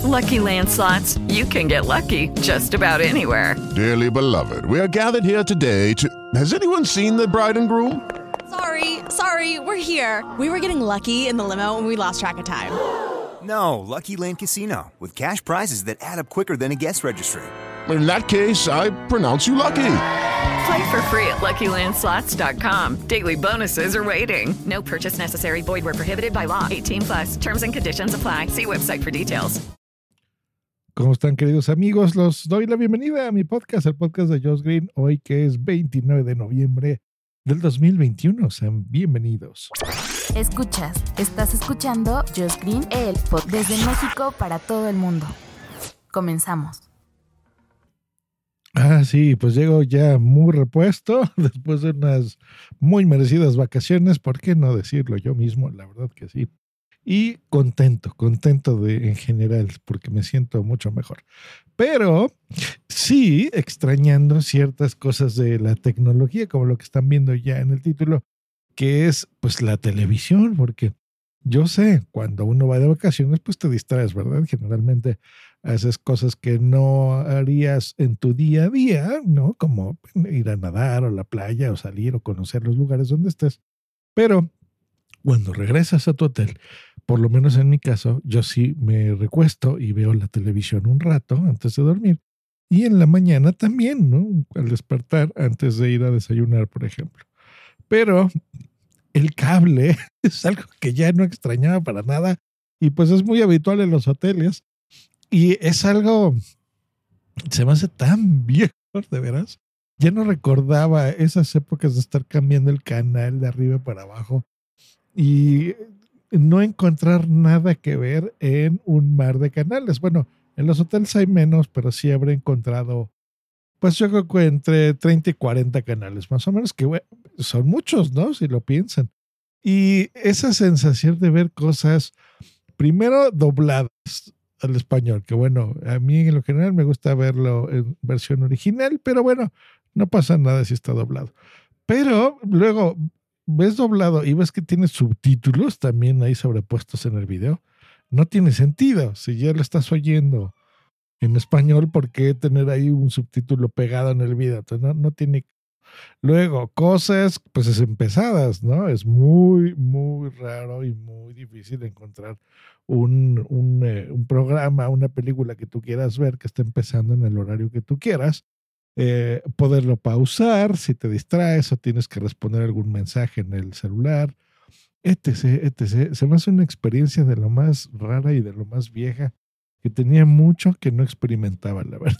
Lucky Land Slots, you can get lucky just about anywhere. Dearly beloved, we are gathered here today to... Has anyone seen the bride and groom? Sorry, we're here. We were getting lucky in the limo and we lost track of time. No, Lucky Land Casino, with cash prizes that add up quicker than a guest registry. In that case, I pronounce you lucky. Play for free at LuckyLandSlots.com. Daily bonuses are waiting. No purchase necessary. Void where prohibited by law. 18+. Terms and conditions apply. See website for details. ¿Cómo están, queridos amigos? Los doy la bienvenida a mi podcast, el podcast de Josh Green, hoy que es 29 de noviembre del 2021. Sean bienvenidos. Estás escuchando Josh Green, el podcast desde México para todo el mundo. Comenzamos. Sí, pues llego ya muy repuesto después de unas muy merecidas vacaciones, ¿por qué no decirlo yo mismo? La verdad que sí. Y contento en general, porque me siento mucho mejor. Pero sí extrañando ciertas cosas de la tecnología, como lo que están viendo ya en el título, que es pues la televisión, porque yo sé, cuando uno va de vacaciones, pues te distraes, ¿verdad? Generalmente haces cosas que no harías en tu día a día, ¿no? Como ir a nadar o a la playa o salir o conocer los lugares donde estés. Pero cuando regresas a tu hotel, por lo menos en mi caso, yo sí me recuesto y veo la televisión un rato antes de dormir. Y en la mañana también, ¿no? Al despertar, antes de ir a desayunar, por ejemplo. Pero el cable es algo que ya no extrañaba para nada y pues es muy habitual en los hoteles. Y es algo, se me hace tan viejo, de veras. Ya no recordaba esas épocas de estar cambiando el canal de arriba para abajo y no encontrar nada que ver en un mar de canales. Bueno, en los hoteles hay menos, pero sí habré encontrado, pues yo creo que entre 30 y 40 canales, más o menos, que bueno, son muchos, ¿no? Si lo piensan. Y esa sensación de ver cosas, primero dobladas al español, que bueno, a mí en lo general me gusta verlo en versión original, pero bueno, no pasa nada si está doblado. Pero luego ves doblado y ves que tiene subtítulos también ahí sobrepuestos en el video. No tiene sentido. Si ya lo estás oyendo en español, ¿por qué tener ahí un subtítulo pegado en el video? Entonces, no tiene. Luego, cosas pues empezadas, ¿no? Es muy, muy raro y muy difícil encontrar un programa, una película que tú quieras ver que esté empezando en el horario que tú quieras. Poderlo pausar si te distraes o tienes que responder algún mensaje en el celular, etc. Se me hace una experiencia de lo más rara y de lo más vieja que tenía mucho que no experimentaba, la verdad.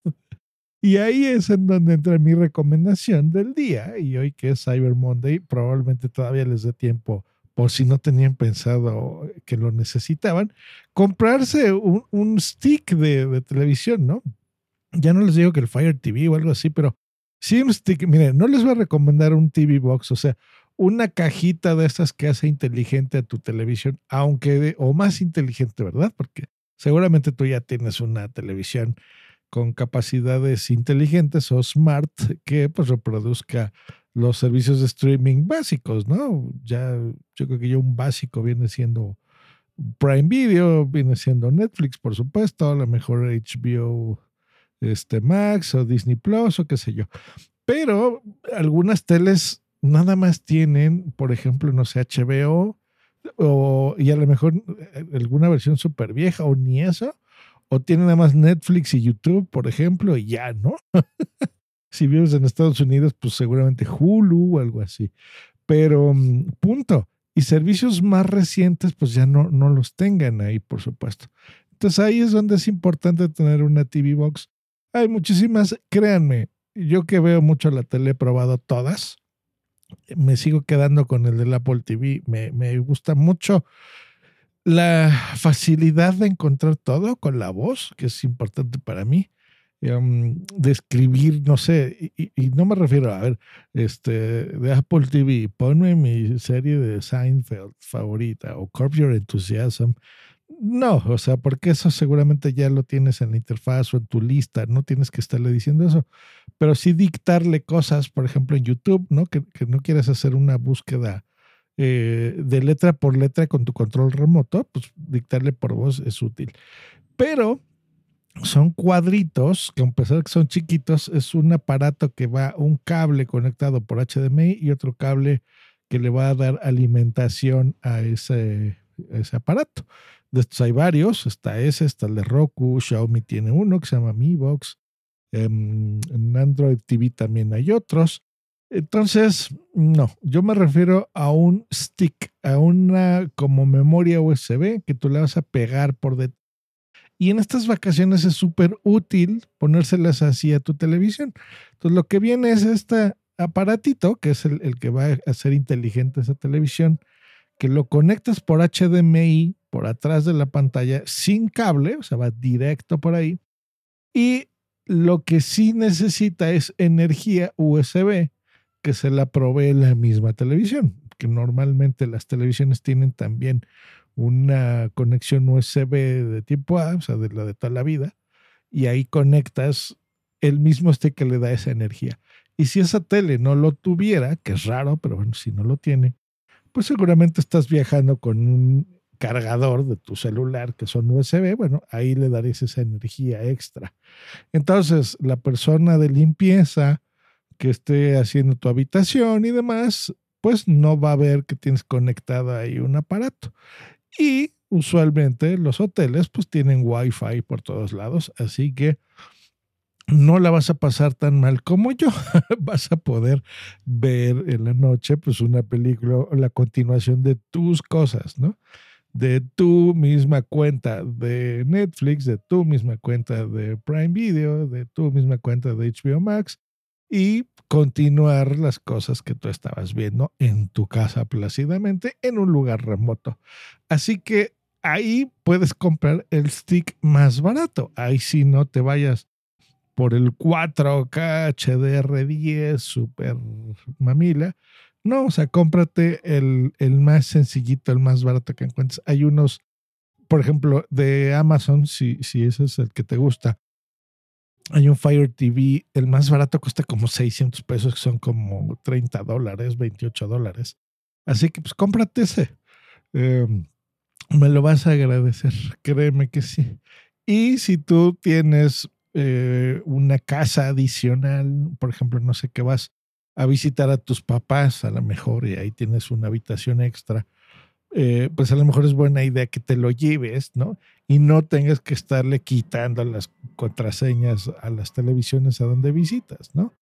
Y ahí es en donde entra mi recomendación del día, y hoy que es Cyber Monday, probablemente todavía les dé tiempo, por si no tenían pensado que lo necesitaban, comprarse un stick de televisión, ¿no? Ya no les digo que el Fire TV o algo así, pero sí un stick. Miren, no les voy a recomendar un TV Box, o sea, una cajita de estas que hace inteligente a tu televisión, o más inteligente, ¿verdad? Porque seguramente tú ya tienes una televisión con capacidades inteligentes o smart que pues reproduzca los servicios de streaming básicos, ¿no? Ya, yo creo que ya un básico viene siendo Prime Video, viene siendo Netflix, por supuesto, a lo mejor HBO Max o Disney Plus o qué sé yo. Pero algunas teles nada más tienen, por ejemplo, no sé, HBO y a lo mejor alguna versión súper vieja o ni eso, o tienen nada más Netflix y YouTube, por ejemplo, y ya, ¿no? Si vives en Estados Unidos, pues seguramente Hulu o algo así. Pero punto. Y servicios más recientes, pues ya no los tengan ahí, por supuesto. Entonces ahí es donde es importante tener una TV Box. Hay muchísimas, créanme, yo que veo mucho la tele, he probado todas. Me sigo quedando con el del Apple TV. Me gusta mucho la facilidad de encontrar todo con la voz, que es importante para mí. De escribir, no sé, y no me refiero a ver, de Apple TV, ponme mi serie de Seinfeld favorita o Curb Your Enthusiasm. No, o sea, porque eso seguramente ya lo tienes en la interfaz o en tu lista, no tienes que estarle diciendo eso, pero sí dictarle cosas, por ejemplo en YouTube, ¿no? Que no quieres hacer una búsqueda de letra por letra con tu control remoto, pues dictarle por voz es útil. pero son cuadritos que, a pesar de que son chiquitos, es un aparato que va un cable conectado por HDMI y otro cable que le va a dar alimentación a ese aparato. De estos hay varios, está el de Roku, Xiaomi tiene uno que se llama Mi Box, en Android TV también hay otros. Entonces, no, yo me refiero a un stick, a una como memoria USB que tú le vas a pegar por detrás. Y en estas vacaciones es súper útil ponérselas así a tu televisión. Entonces, lo que viene es este aparatito, que es el que va a hacer inteligente esa televisión, que lo conectas por HDMI por atrás de la pantalla sin cable, o sea, va directo por ahí. Y lo que sí necesita es energía USB, que se la provee la misma televisión, que normalmente las televisiones tienen también una conexión USB de tipo A, o sea, de la de toda la vida, y ahí conectas el mismo stick que le da esa energía. Y si esa tele no lo tuviera, que es raro, pero bueno, si no lo tiene, pues seguramente estás viajando con un cargador de tu celular que son USB, bueno, ahí le darías esa energía extra. Entonces, la persona de limpieza que esté haciendo tu habitación y demás, pues no va a ver que tienes conectado ahí un aparato. Y usualmente los hoteles pues tienen Wi-Fi por todos lados, así que no la vas a pasar tan mal como yo. Vas a poder ver en la noche pues una película o la continuación de tus cosas, ¿no? De tu misma cuenta de Netflix, de tu misma cuenta de Prime Video, de tu misma cuenta de HBO Max y continuar las cosas que tú estabas viendo en tu casa plácidamente en un lugar remoto. Así que ahí puedes comprar el stick más barato. Ahí sí no te vayas por el 4K HDR10 super mamila. No, o sea, cómprate el más sencillito, el más barato que encuentres. Hay unos, por ejemplo, de Amazon, si ese es el que te gusta. Hay un Fire TV, el más barato cuesta como $600, que son como $30, $28. Así que pues cómprate ese. Me lo vas a agradecer, créeme que sí. Y si tú tienes una casa adicional, por ejemplo, no sé, que vas a visitar a tus papás a lo mejor y ahí tienes una habitación extra, pues a lo mejor es buena idea que te lo lleves, ¿no? Y no tengas que estarle quitando las contraseñas a las televisiones a donde visitas, ¿no?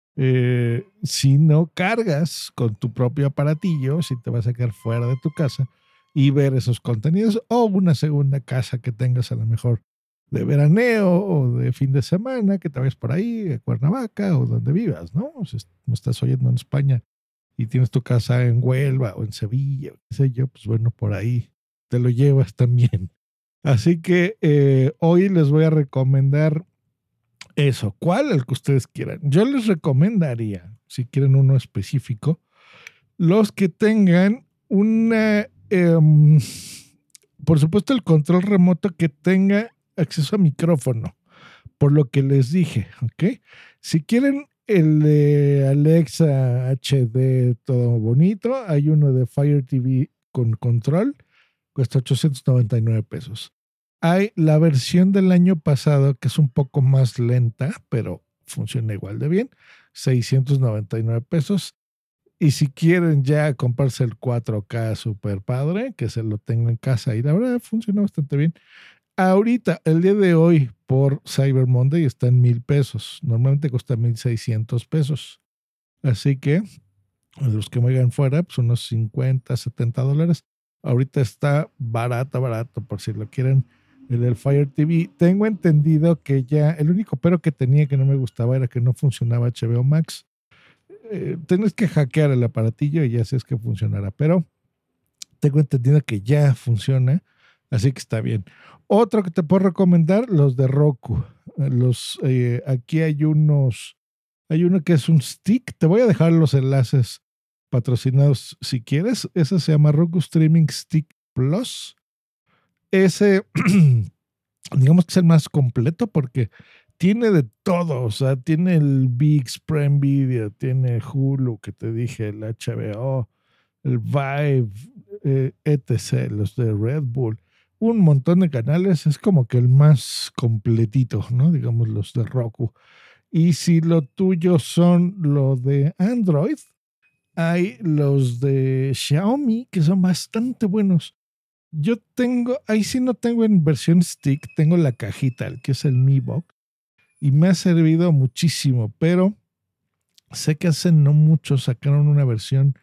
Si no cargas con tu propio aparatillo, si te vas a quedar fuera de tu casa y ver esos contenidos, o una segunda casa que tengas a lo mejor de veraneo o de fin de semana, que te vayas por ahí, a Cuernavaca o donde vivas, ¿no? O sea, como estás oyendo en España y tienes tu casa en Huelva o en Sevilla, o qué sé yo, pues bueno, por ahí te lo llevas también. Así que hoy les voy a recomendar eso. ¿Cuál? El que ustedes quieran. Yo les recomendaría, si quieren uno específico, los que tengan una, por supuesto, el control remoto que tenga acceso a micrófono, por lo que les dije, ¿ok? Si quieren el de Alexa HD todo bonito, hay uno de Fire TV con control, cuesta $899. Hay la versión del año pasado que es un poco más lenta, pero funciona igual de bien, $699. Y si quieren ya comprarse el 4K super padre, que se lo tengo en casa y la verdad funciona bastante bien. Ahorita, el día de hoy, por Cyber Monday está en $1,000. Normalmente cuesta $1,600. Así que los que me vayan fuera, pues unos $50, $70. Ahorita está barato, por si lo quieren, el del Fire TV. Tengo entendido que ya, el único pero que tenía que no me gustaba era que no funcionaba HBO Max. Tienes que hackear el aparatillo y ya sé que funcionará, pero tengo entendido que ya funciona, así que está bien. Otro que te puedo recomendar, los de Roku. Aquí hay uno que es un stick. Te voy a dejar los enlaces patrocinados si quieres. Ese se llama Roku Streaming Stick Plus. Ese, digamos que es el más completo porque tiene de todo. O sea, tiene el VIX, Prime Video, tiene Hulu, que te dije, el HBO, el Vive, etc., los de Red Bull. un montón de canales, es como que el más completito, ¿no? Digamos los de Roku. Y si lo tuyo son los de Android, hay los de Xiaomi que son bastante buenos. Yo tengo, ahí sí no tengo en versión stick, tengo la cajita, el que es el Mi Box, y me ha servido muchísimo, pero sé que hace no mucho sacaron una versión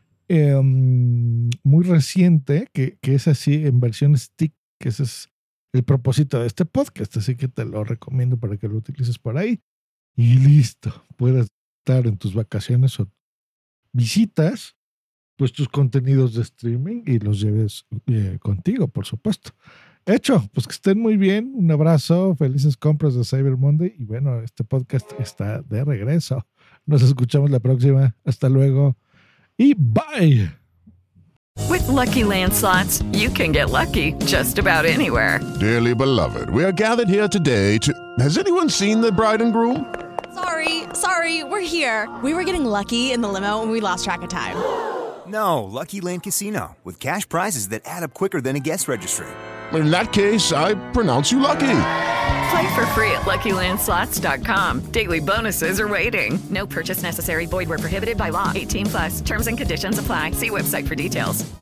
muy reciente, que es así en versión stick, que ese es el propósito de este podcast, así que te lo recomiendo para que lo utilices por ahí. Y listo, puedes estar en tus vacaciones o visitas, pues tus contenidos de streaming y los lleves contigo, por supuesto. Hecho, pues que estén muy bien, un abrazo, felices compras de Cyber Monday y bueno, este podcast está de regreso. Nos escuchamos la próxima, hasta luego y bye. With Lucky Land Slots, you can get lucky just about anywhere. Dearly beloved, we are gathered here today to... Has anyone seen the bride and groom? Sorry, we're here. We were getting lucky in the limo and we lost track of time. No, Lucky Land Casino, with cash prizes that add up quicker than a guest registry. In that case, I pronounce you lucky. Play for free at LuckyLandSlots.com. Daily bonuses are waiting. No purchase necessary. Void where prohibited by law. 18+. Terms and conditions apply. See website for details.